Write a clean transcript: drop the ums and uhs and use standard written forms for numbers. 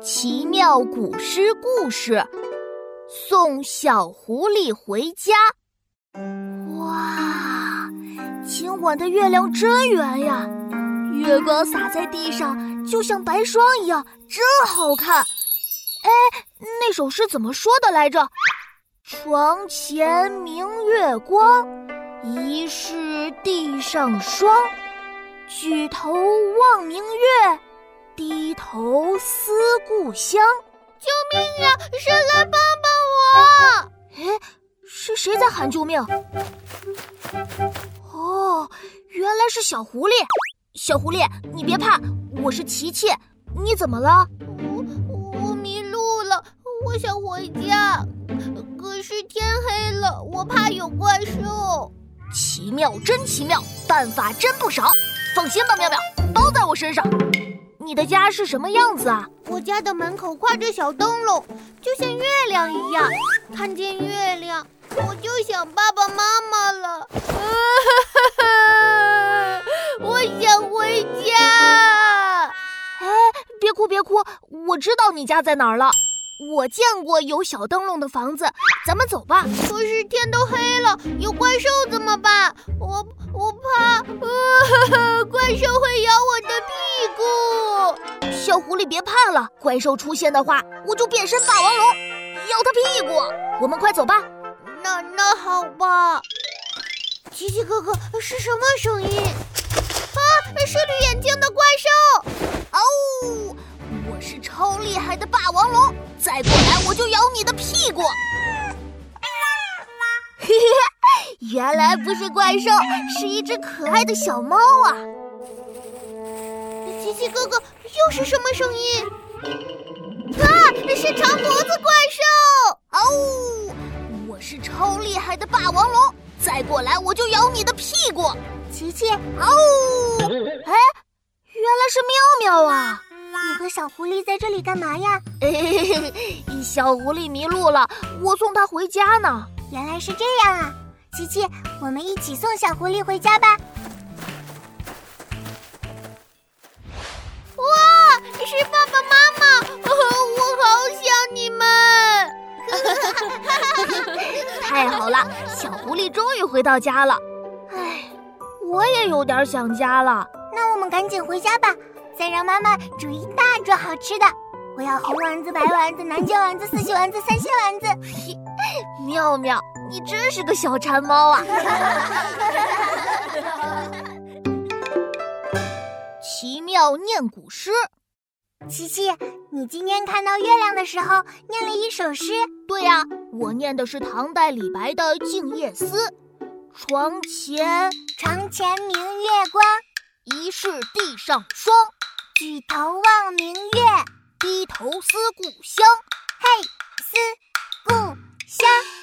奇妙古诗故事，送小狐狸回家。哇，今晚的月亮真圆呀，月光洒在地上就像白霜一样，真好看。哎，那首诗怎么说的来着？床前明月光，疑是地上霜。举头望明月，低头思故乡。 救命呀！谁来帮帮我？ 哎，是谁在喊救命？哦，原来是小狐狸。小狐狸，你别怕，我是琪琪。你怎么了？ 我迷路了，我想回家，可是天黑了，我怕有怪兽。 奇妙，真奇妙，办法真不少。放心吧，妙妙，包在我身上。你的家是什么样子啊？ 我家的门口挂着小灯笼，就像月亮一样。看见月亮，我就想爸爸妈妈了。我想回家。 哎，别哭别哭，我知道你家在哪儿了。我见过有小灯笼的房子，咱们走吧。 可是天都黑了，有怪兽怎么办？我怕，怪兽会咬我的屁股。 小狐狸别怕了，怪兽出现的话，我就变身霸王龙，咬它屁股。我们快走吧。 那好吧。琪琪哥哥，是什么声音？啊，是绿眼睛的怪兽！ 哦，我是超厉害的霸王龙，再过来我就咬你的屁股。嘿嘿，原来不是怪兽，是一只可爱的小猫啊！ 琪琪哥哥，又是什么声音？啊，是长脖子怪兽！ 哦，我是超厉害的霸王龙，再过来我就咬你的屁股。 琪琪， 哦，哎，原来是妙妙啊！ 你和小狐狸在这里干嘛呀？ 小狐狸迷路了，我送它回家呢。 原来是这样啊！琪琪，我们一起送小狐狸回家吧。 哇，是爸爸妈妈！我好想你们！ 太好了，小狐狸终于回到家了。唉，我也有点想家了。 那我们赶紧回家吧，再让妈妈煮一大桌好吃的。我要红丸子、白丸子、南煎丸子、四喜丸子、三鲜丸子。 妙妙，你真是个小馋猫啊！奇妙念古诗。 琪琪，你今天看到月亮的时候念了一首诗。 对呀，我念的是唐代李白的《静夜思》。床前明月光， 疑是地上霜。 举头望明月， 低头思故乡。 嘿，思故乡。